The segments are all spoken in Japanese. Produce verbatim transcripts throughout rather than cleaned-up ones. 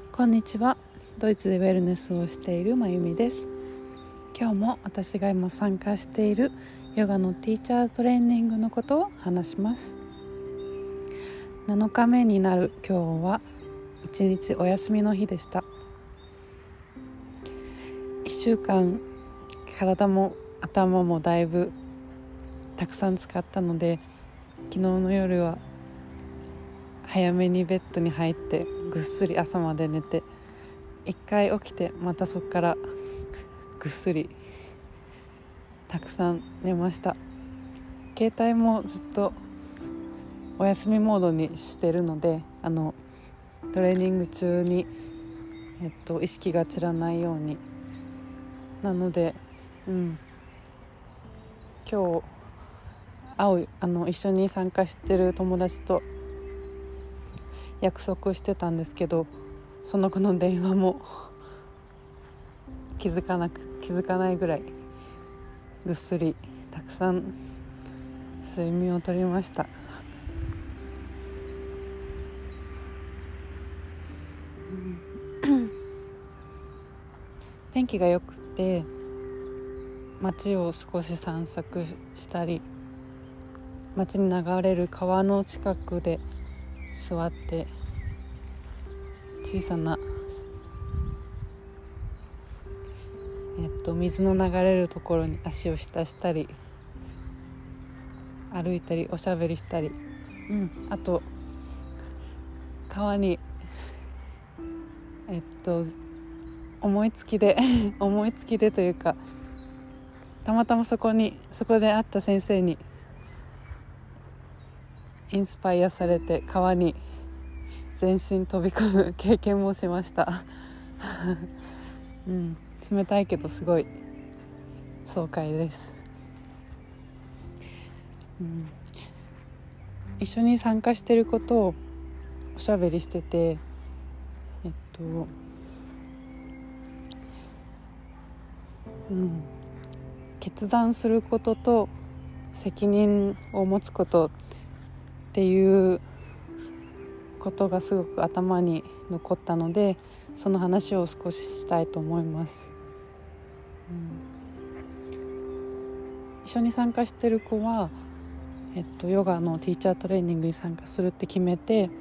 こんにちは。ドイツでウェルネスをしているまゆみです。今日も私が今参加しているヨガのティーチャートレーニングのことを話します。なのかめになる今日は一日お休みの日でした。いっしゅうかん体も頭もだいぶたくさん使ったので、昨日の夜は早めにベッドに入ってぐっすり朝まで寝て、一回起きてまたそこからぐっすりたくさん寝ました。携帯もずっとお休みモードにしてるので、あのトレーニング中に、えっと、意識が散らないように。なので、うん、今日会うあの一緒に参加してる友達と約束してたんですけど、その子の電話も気づかなく気づかないぐらいぐっすりたくさん睡眠をとりました。天気が良くて街を少し散策したり、街に流れる川の近くで座って小さな、えっと、水の流れるところに足を浸したり歩いたりおしゃべりしたり、うん、あと川にえっと思いつきで思いつきでというか、たまたまそこにそこで会った先生にインスパイアされて川に全身飛び込む経験もしました、うん、冷たいけどすごい爽快です、うん、一緒に参加していることをおしゃべりしてて、えっと、うん、決断することと責任を持つことっていうことがすごく頭に残ったので、その話を少ししたいと思います、うん、一緒に参加している子は、えっと、ヨガのティーチャートレーニングに参加するって決めて、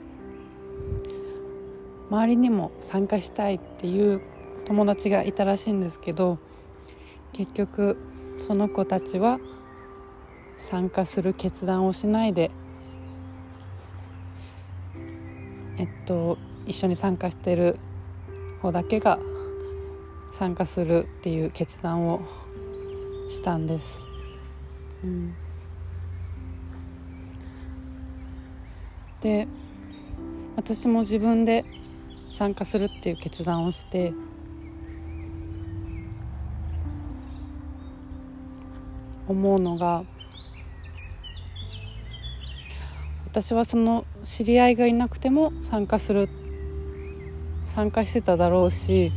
周りにも参加したいっていう友達がいたらしいんですけど、結局その子たちは参加する決断をしないで、えっと、一緒に参加している子だけが参加するっていう決断をしたんです、うん、で私も自分で参加するっていう決断をして思うのが、私はその知り合いがいなくても参加する参加してただろうし、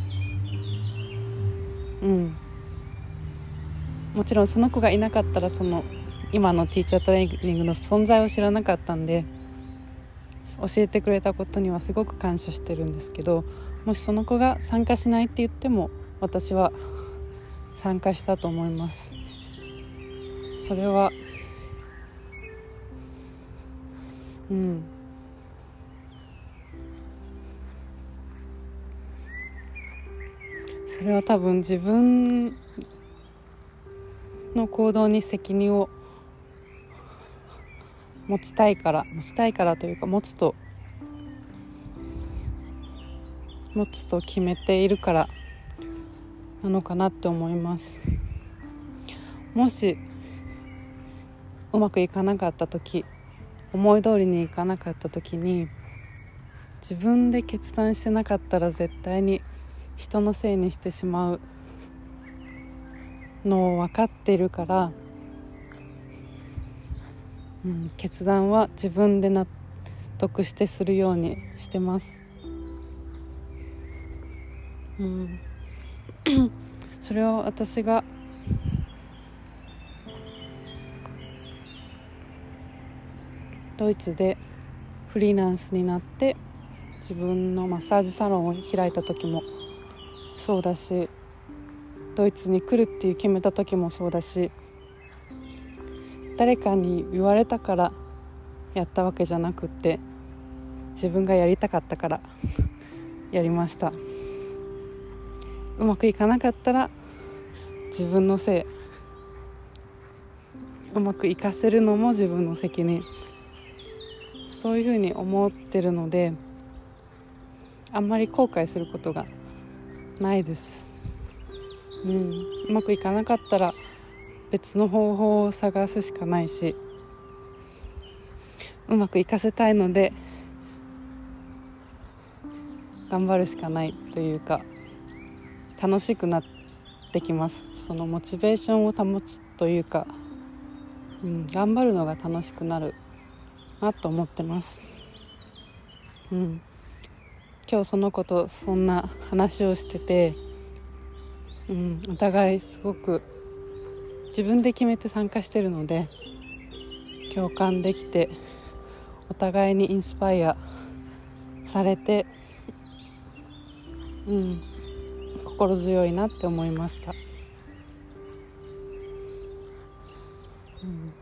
うん、もちろんその子がいなかったらその今のティーチャートレーニングの存在を知らなかったんで、教えてくれたことにはすごく感謝してるんですけど、もしその子が参加しないって言っても私は参加したと思います。それはうんそれは多分自分の行動に責任を持ちたいから持ちたいからというか持つと持つと決めているからなのかなって思います。もしうまくいかなかった時、思い通りにいかなかった時に、自分で決断してなかったら絶対に人のせいにしてしまうのを分かっているから、うん、決断は自分で納得してするようにしてます、うん、それを私がドイツでフリーランスになって自分のマッサージサロンを開いた時もそうだし、ドイツに来るっていう決めた時もそうだし、誰かに言われたからやったわけじゃなくって、自分がやりたかったからやりました。うまくいかなかったら自分のせい、うまくいかせるのも自分の責任、そういうふうに思ってるので、あんまり後悔することがないです。うん、うまくいかなかったら別の方法を探すしかないし、うまくいかせたいので頑張るしかないというか、楽しくなってきます。そのモチベーションを保つというか、うん、頑張るのが楽しくなるなと思ってます。うん、今日その子とそんな話をしてて、うん、お互いすごく自分で決めて参加してるので共感できて、お互いにインスパイアされて、うん、心強いなって思いました。うん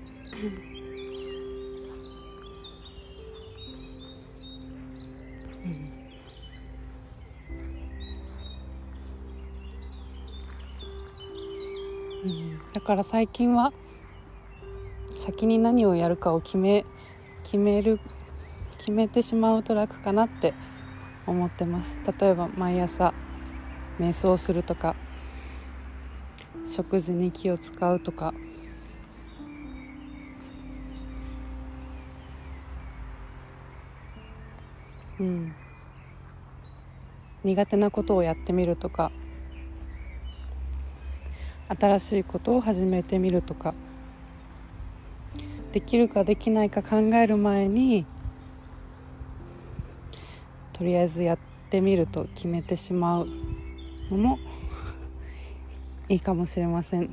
うん、だから最近は先に何をやるかを決め決める決めてしまうと楽かなって思ってます。例えば毎朝瞑想するとか、食事に気を使うとか、うん、苦手なことをやってみるとか、新しいことを始めてみるとか、できるかできないか考える前にとりあえずやってみると決めてしまうのもいいかもしれません。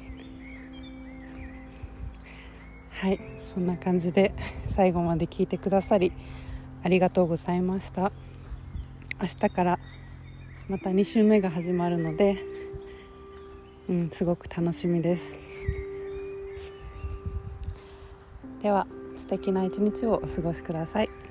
はい、そんな感じで最後まで聞いてくださりありがとうございました。明日からまたに週目が始まるので、うん、すごく楽しみです。では素敵な一日をお過ごしください。